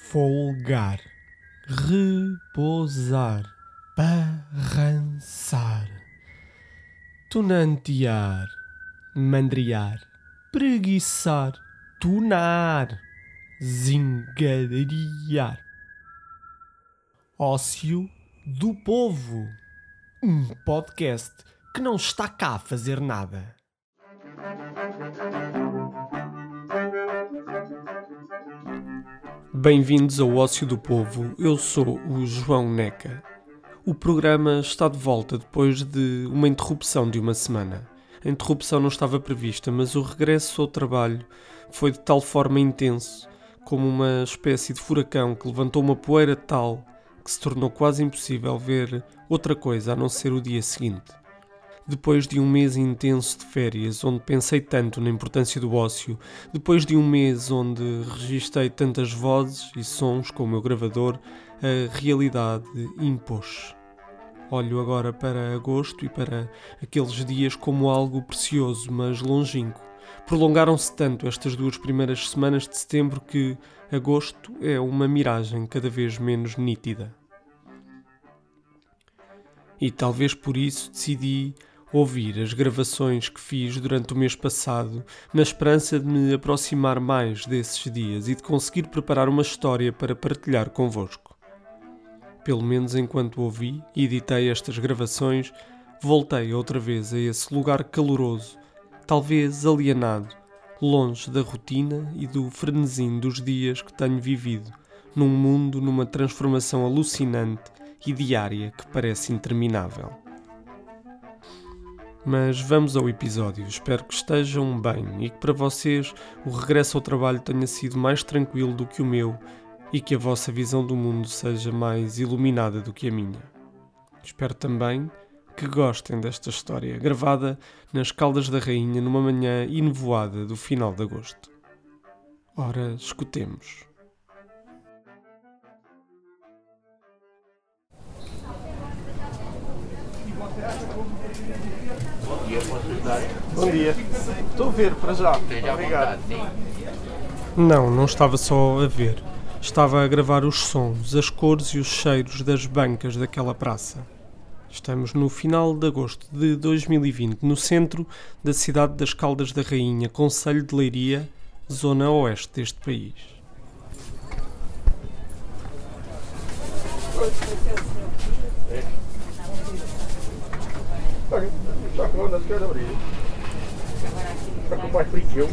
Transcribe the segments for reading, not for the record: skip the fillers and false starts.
folgar, repousar, barrançar, tunantear, mandriar, preguiçar, tunar, zingariar. Ócio do Povo, um podcast que não está cá a fazer nada. Bem-vindos ao Ócio do Povo, eu sou o João Neca. O programa está de volta depois de uma interrupção de uma semana. A interrupção não estava prevista, mas o regresso ao trabalho foi de tal forma intenso, como uma espécie de furacão que levantou uma poeira tal que se tornou quase impossível ver outra coisa a não ser o dia seguinte. Depois de um mês intenso de férias, onde pensei tanto na importância do ócio, depois de um mês onde registrei tantas vozes e sons com o meu gravador, a realidade impôs. Olho agora para agosto e para aqueles dias como algo precioso, mas longínquo. Prolongaram-se tanto estas duas primeiras semanas de setembro que agosto é uma miragem cada vez menos nítida. E talvez por isso decidi ouvir as gravações que fiz durante o mês passado, na esperança de me aproximar mais desses dias e de conseguir preparar uma história para partilhar convosco. Pelo menos enquanto ouvi e editei estas gravações, voltei outra vez a esse lugar caloroso, talvez alienado, longe da rotina e do frenesim dos dias que tenho vivido, num mundo numa transformação alucinante e diária que parece interminável. Mas vamos ao episódio. Espero que estejam bem e que para vocês o regresso ao trabalho tenha sido mais tranquilo do que o meu e que a vossa visão do mundo seja mais iluminada do que a minha. Espero também que gostem desta história, gravada nas Caldas da Rainha numa manhã enevoada do final de agosto. Ora, escutemos. Bom dia. Estou a ver para já. Obrigado. Não estava só a ver. Estava a gravar os sons, as cores e os cheiros das bancas daquela praça. Estamos no final de agosto de 2020, no centro da cidade das Caldas da Rainha, concelho de Leiria, zona oeste deste país. Já que não quero abrir. Está com mais frio que eu.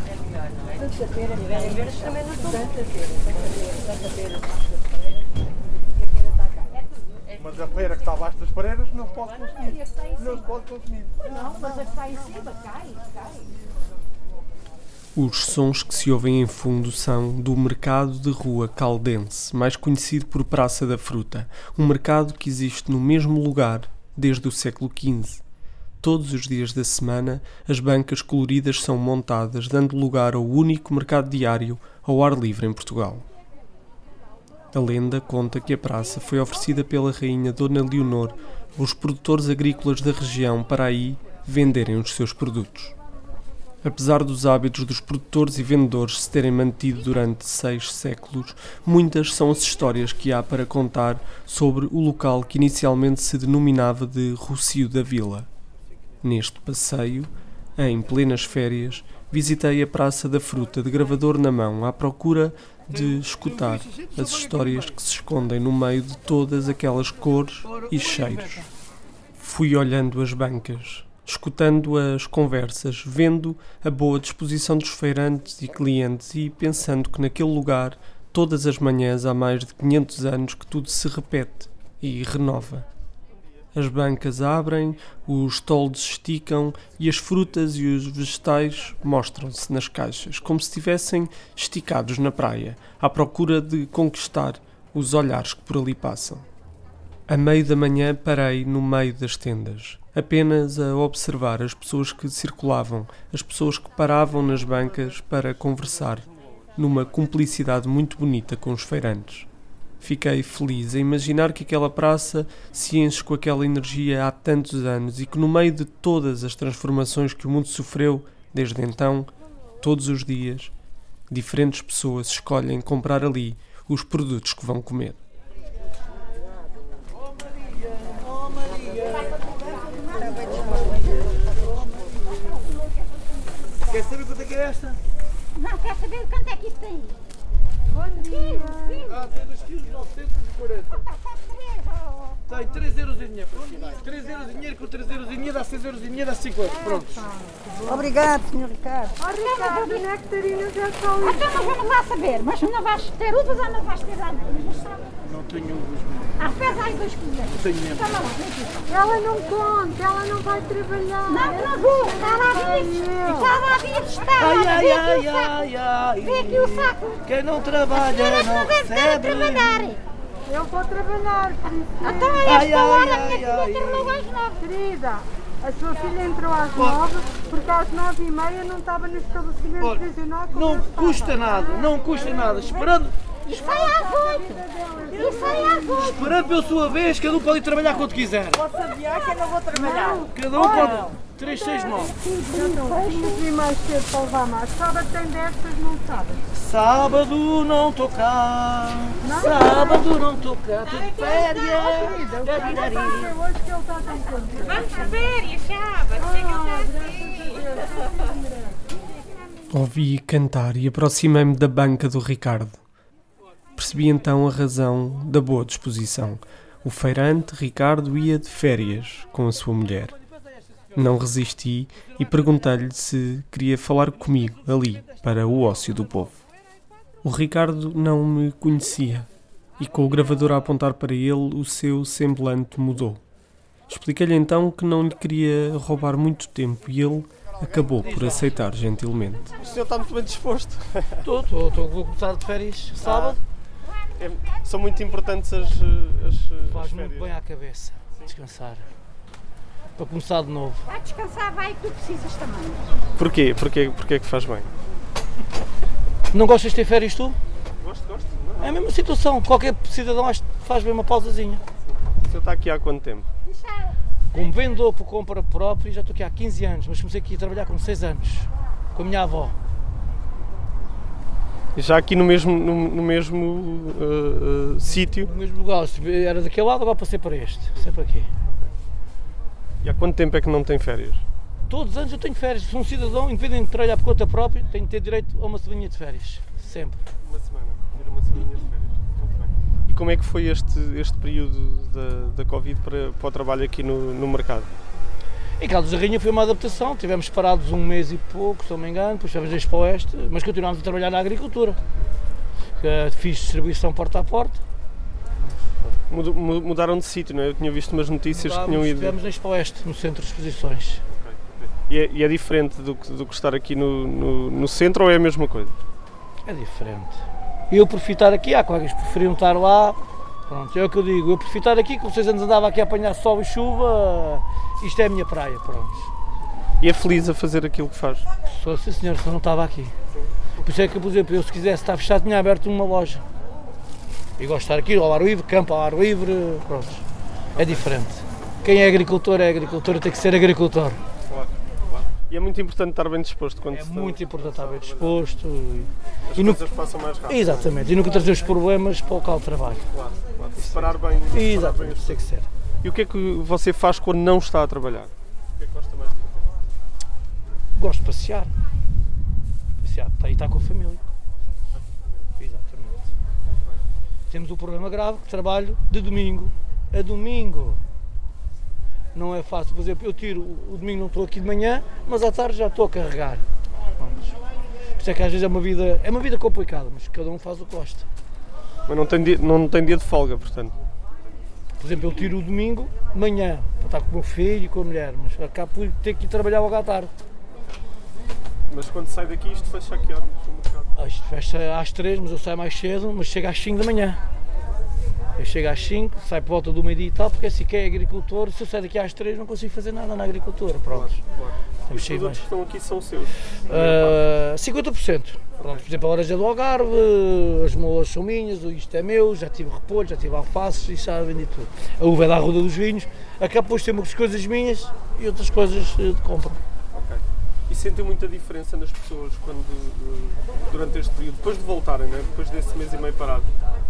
Mas a pera que está abaixo das paredes não se pode consumir. Não se pode consumir. Não, mas a que está em cima cai. Os sons que se ouvem em fundo são do Mercado de Rua Caldense, mais conhecido por Praça da Fruta, um mercado que existe no mesmo lugar desde o século XV. Todos os dias da semana, as bancas coloridas são montadas, dando lugar ao único mercado diário ao ar livre em Portugal. A lenda conta que a praça foi oferecida pela rainha Dona Leonor aos produtores agrícolas da região para aí venderem os seus produtos. Apesar dos hábitos dos produtores e vendedores se terem mantido durante 6 séculos, muitas são as histórias que há para contar sobre o local que inicialmente se denominava de Rocio da Vila. Neste passeio, em plenas férias, visitei a Praça da Fruta de gravador na mão à procura de escutar as histórias que se escondem no meio de todas aquelas cores e cheiros. Fui olhando as bancas, escutando as conversas, vendo a boa disposição dos feirantes e clientes e pensando que naquele lugar, todas as manhãs há mais de 500 anos que tudo se repete e renova. As bancas abrem, os toldos esticam e as frutas e os vegetais mostram-se nas caixas, como se estivessem esticados na praia, à procura de conquistar os olhares que por ali passam. A meio da manhã parei no meio das tendas, apenas a observar as pessoas que circulavam, as pessoas que paravam nas bancas para conversar, numa cumplicidade muito bonita com os feirantes. Fiquei feliz a imaginar que aquela praça se enche com aquela energia há tantos anos e que no meio de todas as transformações que o mundo sofreu desde então, todos os dias, diferentes pessoas escolhem comprar ali os produtos que vão comer. Quer saber quanto é que é esta? Não, quer saber quanto é que isso tem? Bom dia. Tem 2 kg 940. Tem 3 euros em dinheiro para tirar. 3 euros em dinheiro com 3 euros em dinheiro dá 6 euros em dinheiro dá 50. Pronto. Obrigado, Sr. Ricardo. Ricardo, nectarinas é só isso. Então, mas eu não vou saber. Mas não vais ter uvas ou não vais ter uvas? Não tenho uvas. Pesa aí 2 quilos. Tenho mesmo. Toma lá, vem aqui. Ela não conta, ela não vai trabalhar. Não vou. Está lá dias. Está. Ai. Vê aqui o saco. Quem não trabalha não deve estar a recebe. trabalhar. Eu vou trabalhar, por isso. Então a esta hora a minha filha terminou às 9. Querida, a sua filha entrou às 9, porque às 9h30 não estava no estabelecimento Olha, prisional. não custa nada. Esperando E sai às 8. Esperando pela sua vez, cada um pode ir trabalhar quando quiser. Posso adiar que eu não vou trabalhar. Cada um pode. 3, 6, 9. Vamos vir mais cedo para levar mais. Sábado tem destas, não sabes? Sábado não estou cá. Sábado não estou cá. Estou de férias. Hoje que ele está tão contente. Vamos de férias, sábado. Ouvi cantar e aproximei-me da banca do Ricardo. Percebi então a razão da boa disposição. O feirante Ricardo ia de férias com a sua mulher. Não resisti e perguntei-lhe se queria falar comigo ali, para o ócio do povo. O Ricardo não me conhecia e, com o gravador a apontar para ele, o seu semblante mudou. Expliquei-lhe então que não lhe queria roubar muito tempo e ele acabou por aceitar gentilmente. O senhor está muito bem disposto. Estou a começar de férias sábado. São muito importantes as Faz férias. muito bem à cabeça. Descansar. Para começar de novo. Vai descansar, vai que tu precisas também. Porquê? Porquê que faz bem? Não gostas de ter férias tu? Gosto. É a mesma situação. Qualquer cidadão faz bem uma pausazinha. O senhor está aqui há quanto tempo? Como vendedor por compra própria, já estou aqui há 15 anos, mas comecei aqui a trabalhar com 6 anos, com a minha avó. Já aqui no mesmo sítio? No mesmo lugar, era daquele lado, agora passei para este, sempre aqui. E há quanto tempo é que não tem férias? Todos os anos eu tenho férias, sou um cidadão, independente de trabalhar por conta própria, tenho de ter direito a uma semaninha de férias, sempre. Uma semana, ter uma semaninha de férias. Muito bem. E como é que foi este período da Covid para o trabalho aqui no mercado? Em Caldas da Rainha foi uma adaptação, tivemos parados 1 mês e pouco, se não me engano, depois fomos para o oeste, mas continuámos a trabalhar na agricultura. Fiz distribuição porta a porta. Mudaram de sítio, não é? Eu tinha visto umas notícias que tinham ido... Estivemos na Expo Oeste, no centro de exposições. E é diferente do que estar aqui no centro ou é a mesma coisa? É diferente. Eu prefiro estar aqui, há colegas que preferiam estar lá. Pronto, é o que eu digo, eu prefiro estar aqui, com 6 anos andava aqui a apanhar sol e chuva, isto é a minha praia, pronto. E é feliz a fazer aquilo que faz? Sou sim senhor, senão não estava aqui. Por isso é que, por exemplo, eu se quisesse estar fechado tinha aberto uma loja. E gosto de estar aqui ao ar livre, campo ao ar livre, pronto. É diferente. Quem é agricultor e tem que ser agricultor. Claro. E é muito importante estar bem disposto quando É muito importante estar bem disposto. As coisas passam mais rápido. Exatamente, e nunca trazer os problemas para o local de trabalho. Claro. Separar bem. Exatamente, isso tem que ser. E o que é que você faz quando não está a trabalhar? O que é que gosta mais de fazer? Gosto de passear. Aí está com a família. Exatamente. Temos um problema grave, que trabalho de domingo a domingo. Não é fácil, por exemplo, eu tiro o domingo, não estou aqui de manhã, mas à tarde já estou a carregar. Por isso é que às vezes é uma vida complicada, mas cada um faz o que gosta. Mas não tem dia de folga, portanto? Por exemplo, eu tiro o domingo de manhã, para estar com o meu filho e com a mulher, mas acabo por ter que ir trabalhar logo à tarde. Mas quando sai daqui isto fecha a que horas no mercado? Isto fecha às 3, mas eu saio mais cedo, mas chego às 5 da manhã. Eu chego às 5, saio por volta do meio-dia e tal, porque assim que é agricultor, se eu sair daqui às 3 não consigo fazer nada na agricultura, pronto. Claro. E os produtos que estão aqui são seus? 50%. Pronto, por exemplo, a laranja do Algarve, as molas são minhas, isto é meu, já tive repolho, já tive alfaces e já vendi tudo. A uva é da Arruda dos Vinhos, acabo depois de ter umas coisas minhas e outras coisas de compra. Ok. E sentem muita diferença nas pessoas quando, durante este período, depois de voltarem, né? Depois desse mês e meio parado?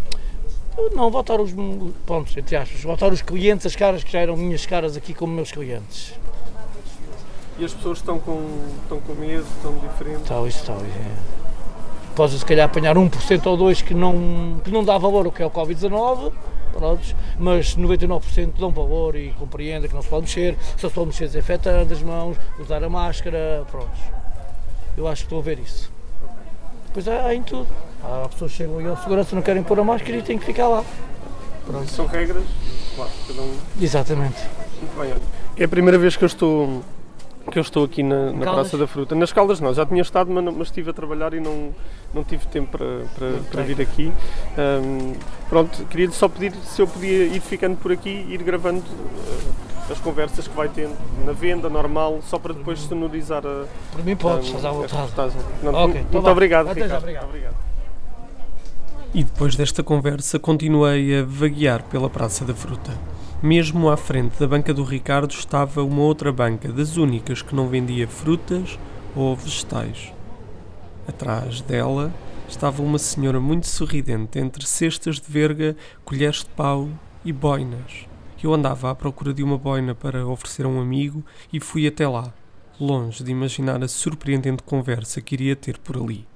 Não, voltar os, pronto, entre aspas, voltar os clientes, as caras que já eram minhas caras aqui como meus clientes. E as pessoas estão com medo, estão diferentes? Está. Podes se calhar apanhar 1% ou 2% que não dá valor ao que é o Covid-19, pronto, mas 99% dão valor e compreendem que não se pode mexer, só se pode mexer desinfetando as mãos, usar a máscara, pronto. Eu acho que estou a ver isso. Depois há em tudo. Há pessoas que chegam e ao segurança não querem pôr a máscara e têm que ficar lá. Pronto. São regras, claro, cada um. Exatamente. Muito bem, olha. É a primeira vez que eu estou aqui na Praça da Fruta. Nas Caldas não, já tinha estado, mas estive a trabalhar e não tive tempo para vir aqui. Pronto, queria só pedir se eu podia ir ficando por aqui e ir gravando as conversas que vai tendo na venda normal, só para depois sonorizar a... Por mim podes, estás à vontade. Muito obrigado, Até já, Ricardo. Obrigado. E depois desta conversa continuei a vaguear pela Praça da Fruta. Mesmo à frente da banca do Ricardo estava uma outra banca, das únicas que não vendia frutas ou vegetais. Atrás dela estava uma senhora muito sorridente, entre cestas de verga, colheres de pau e boinas. Eu andava à procura de uma boina para oferecer a um amigo e fui até lá, longe de imaginar a surpreendente conversa que iria ter por ali.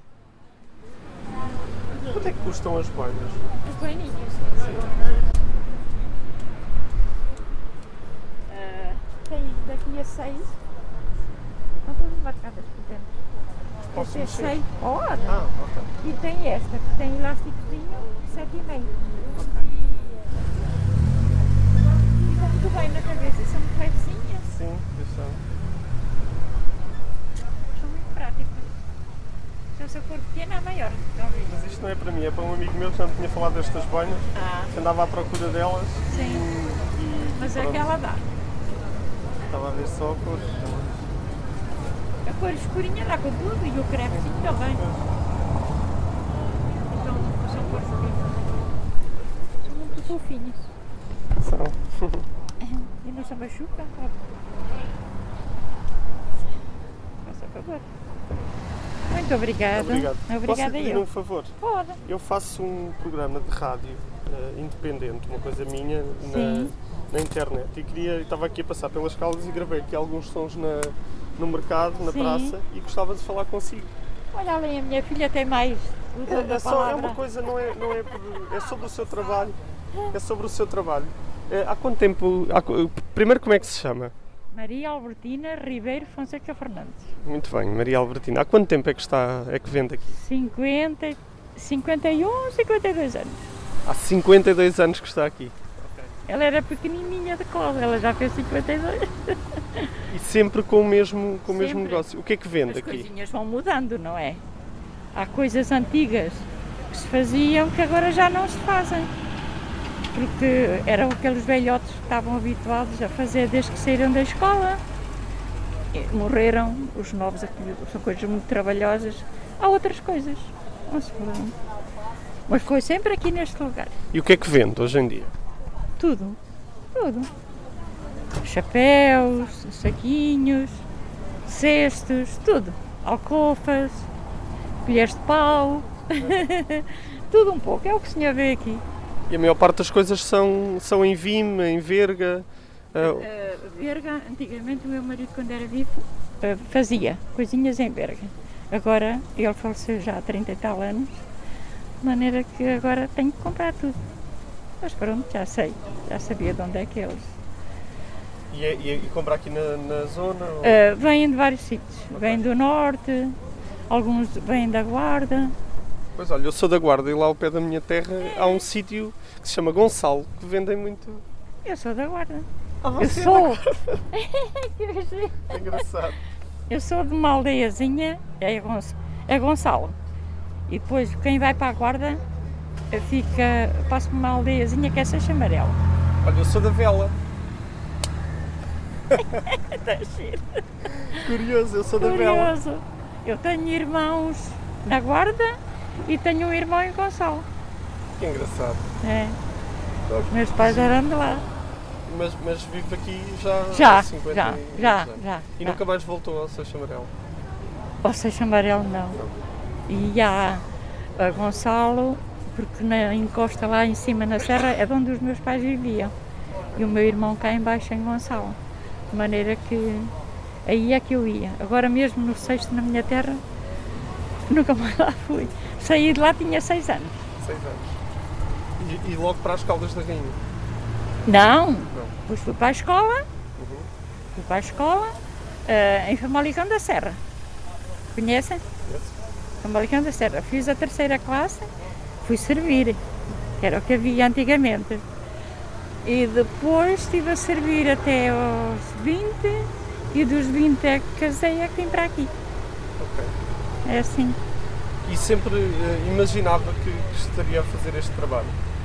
Quanto é que custam as boinas? As boininhas. Tem daqui a 6. Não estou embarcadas por dentro. Posso Esta é mexer? 6. Pode. Ok. E tem esta, que tem elásticozinho, 7,5. Ficam muito bem na cabeça, são muito levezinhas, Sim, são. são muito práticas. Se eu for pequena, é maior. Mas isto não é para mim, é para um amigo meu que já me tinha falado destas boinas, que andava à procura delas. Sim. Mas pronto, aquela dá. Estava a ver só a cor. A cor escurinha dá com tudo e o crepezinho também. Então, são cores bonitas. São muito fofinhas. São. E não se machuca. Faça favor. Muito obrigada. Obrigado. Posso Obrigada lhe pedir eu. um favor? Pode. Eu faço um programa de rádio independente, uma coisa minha, na internet. E estava aqui a passar pelas Caldas e gravei aqui alguns sons no mercado, na Sim. praça, e gostava de falar consigo. Olha ali, a minha filha tem mais. É uma coisa, é sobre o seu trabalho. É sobre o seu trabalho. Há quanto tempo... primeiro, como é que se chama? Maria Albertina Ribeiro Fonseca Fernandes. Muito bem, Maria Albertina. Há quanto tempo é que vende aqui? 51, 52 anos. Há 52 anos que está aqui. Ela era pequenininha de cola, ela já fez 52. E sempre com o mesmo Sempre. negócio. O que é que vende As aqui? coisinhas vão mudando, não é? Há coisas antigas que se faziam que agora já não se fazem. Porque eram aqueles velhotes que estavam habituados a fazer desde que saíram da escola. E morreram, os novos aqui são coisas muito trabalhosas. Há outras coisas, não se falam. Mas foi sempre aqui neste lugar. E o que é que vende hoje em dia? Tudo. Chapéus, saquinhos, cestos, tudo. Alcofas, colheres de pau, tudo um pouco, é o que o senhor vê aqui. E a maior parte das coisas são em vime, em verga. Verga, antigamente o meu marido, quando era vivo, fazia coisinhas em verga. Agora, ele faleceu já há 30 e tal anos, de maneira que agora tenho que comprar tudo. Mas pronto, já sabia de onde é que eles. E comprar aqui na zona? Vêm de vários sítios, vêm do norte, alguns vêm da Guarda. Pois olha, eu sou da Guarda e lá ao pé da minha terra há um sítio que se chama Gonçalo, que vendem muito. Eu sou da Guarda. Você Eu sou. É engraçado. Eu sou de uma aldeiazinha, é Gonçalo. E depois quem vai para a Guarda passa por uma aldeiazinha que é Seixo Amarelo. Olha, eu sou da Vela. Está giro. Curioso, eu sou da Vela. Curioso. Eu tenho irmãos na Guarda e tenho um irmão em Gonçalo. Que engraçado. É. Os meus pais eram de lá. Mas vive aqui já Já, há 50 já, anos. já. E nunca mais voltou ao Seixo Amarelo? Ao Seixo Amarelo não. E há a Gonçalo, porque na encosta lá em cima na serra é de onde os meus pais viviam. E o meu irmão cá em baixo em Gonçalo. De maneira que aí é que eu ia. Agora mesmo no Seixo, na minha terra, nunca mais lá fui. Saí de lá, tinha 6 anos. 6 anos. E logo para as Caldas da Rainha? Não. Depois fui para a escola. Fui para a escola em Famalicão da Serra. Conhecem? Famalicão da Serra. Fiz a 3ª classe, fui servir, que era o que havia antigamente. E depois estive a servir até aos 20 e dos 20 é que casei, é que vim para aqui. Ok. É assim. E sempre imaginava que estaria a fazer este trabalho?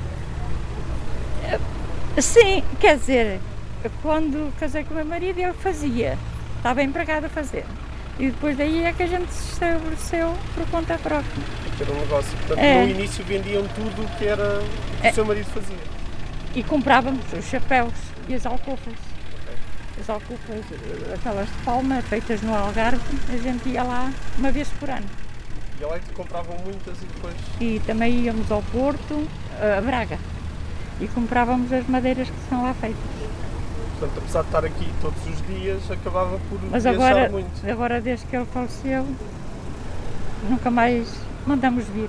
Sim, quer dizer, quando casei com o meu marido ele fazia, estava empregado a fazer. E depois daí é que a gente se estabeleceu por conta própria. Ter um negócio. Portanto, no início vendiam tudo o que era o que o seu marido fazia. E comprávamos os chapéus e as alcofas. As alcofas, aquelas de palma, feitas no Algarve, a gente ia lá uma vez por ano. E lá é que compravam muitas e depois... E também íamos ao Porto, a Braga, e comprávamos as madeiras que são lá feitas. Portanto, apesar de estar aqui todos os dias, acabava por Mas viajar muito. agora, desde que ele faleceu, nunca mais mandamos vir.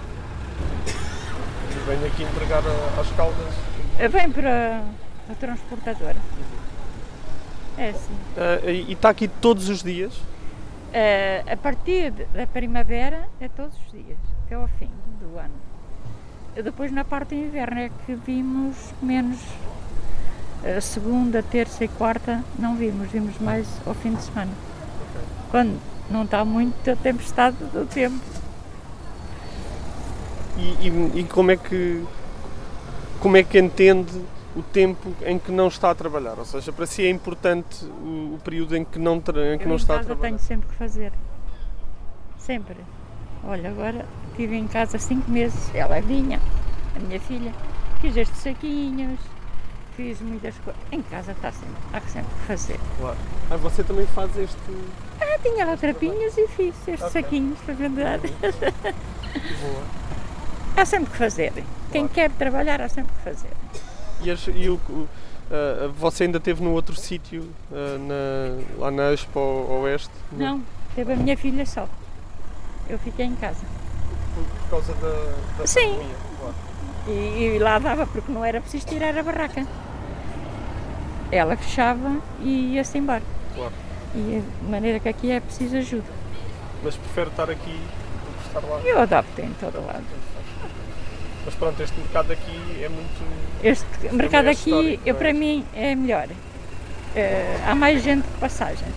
E venho aqui entregar às Caldas. Vem para a transportadora. É assim. E está aqui todos os dias? A partir da primavera é todos os dias, até ao fim do ano. Depois na parte do inverno é que vimos menos. A segunda, terça e quarta não vimos mais ao fim de semana. Quando não está muito a tempestade do tempo. E como é que entende o tempo em que não está a trabalhar? Ou seja, para si é importante o período em que não está a trabalhar? Eu tenho sempre que fazer. Sempre. Olha, agora estive em casa 5 meses, ela vinha, a minha filha, fiz estes saquinhos, fiz muitas coisas. Em casa há sempre que fazer. Claro. Você também faz este... Tinha lá trapinhos e fiz estes saquinhos para vender. Boa. Há sempre que fazer. Quem quer trabalhar há sempre que fazer. Você ainda esteve no outro sítio, lá na Expo Oeste? Não, teve a minha filha só. Eu fiquei em casa. Por causa da Sim. pandemia? Claro. E lá dava porque não era preciso tirar a barraca. Ela fechava e ia-se embora. Claro. E de maneira que aqui é preciso ajuda. Mas prefere estar aqui do que estar lá? Eu adapto em todo lado. Mas pronto, este mercado aqui é muito... Este mercado aqui, histórico, para mim, é melhor. Há mais gente de passagem.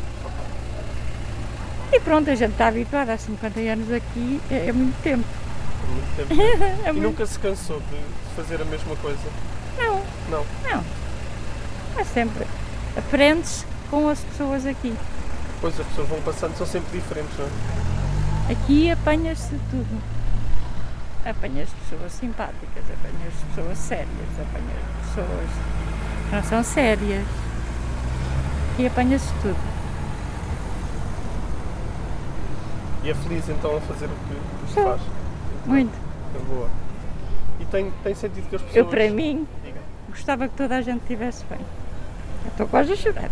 E pronto, a gente está habituada há 50 anos aqui, é muito tempo. Muito tempo. É E muito... nunca se cansou de fazer a mesma coisa? Não. Não? Não. É sempre. Aprendes com as pessoas aqui. Pois, as pessoas vão passando, são sempre diferentes, não é? Aqui apanhas-se tudo. Apanhas pessoas simpáticas, apanhas pessoas sérias, apanhas pessoas que não são sérias. E apanhas tudo. E é feliz então a fazer o que Sou. faz? Muito. É boa. E tem sentido que as pessoas... Eu, para mim, Diga. gostava que toda a gente estivesse bem. Eu estou quase a chorar.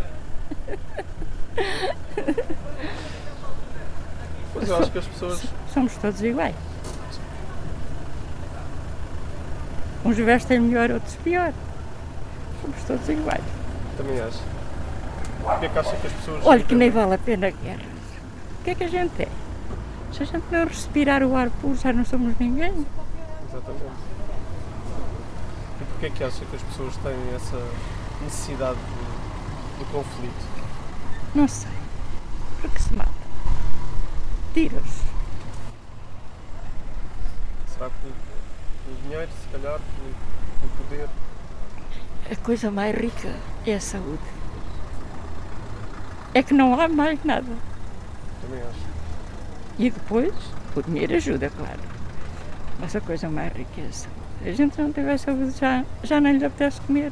Pois eu acho que as pessoas... Somos todos iguais. Uns vestem melhor, outros pior. Somos todos iguais. Também acho. O que é que acha que as pessoas... Olha que nem vale a pena a guerra. O que é que a gente é? Se a gente não respirar o ar puro, já não somos ninguém. Exatamente. E porquê é que acha que as pessoas têm essa necessidade de conflito? Não sei. Porque se matam. Tiros. Será que pelo dinheiro, se calhar, pelo poder? A coisa mais rica é a saúde. É que não há mais nada. Também acho. E depois, o dinheiro ajuda, claro. Mas a coisa mais rica é a saúde. Se a gente não tiver saúde, já não lhe apetece comer.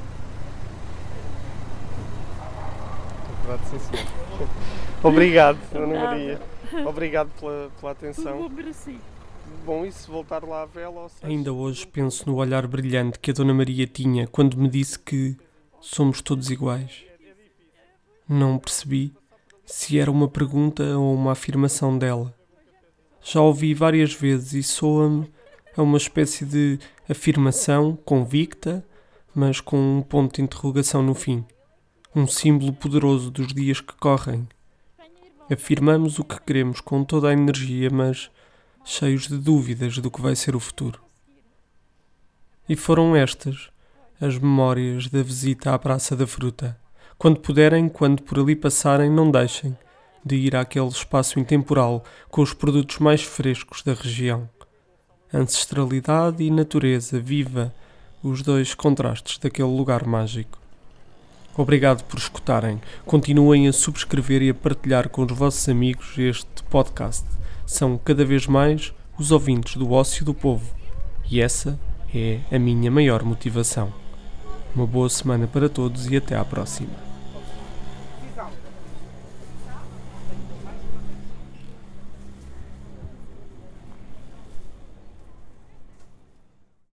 É verdade, sim, senhor. Obrigado, Ana Maria. Obrigado pela atenção. Tudo bom para si. bom, e se voltar lá a vela? Ou seja, Ainda hoje penso no olhar brilhante que a Dona Maria tinha quando me disse que somos todos iguais. Não percebi se era uma pergunta ou uma afirmação dela. Já ouvi várias vezes e soa-me a uma espécie de afirmação convicta, mas com um ponto de interrogação no fim. Um símbolo poderoso dos dias que correm. Afirmamos o que queremos com toda a energia, mas cheios de dúvidas do que vai ser o futuro. E foram estas as memórias da visita à Praça da Fruta. Quando puderem, quando por ali passarem, não deixem de ir àquele espaço intemporal com os produtos mais frescos da região. Ancestralidade e natureza viva, os dois contrastes daquele lugar mágico. Obrigado por escutarem. Continuem a subscrever e a partilhar com os vossos amigos este podcast. São cada vez mais os ouvintes do Ócio do Povo. E essa é a minha maior motivação. Uma boa semana para todos e até à próxima.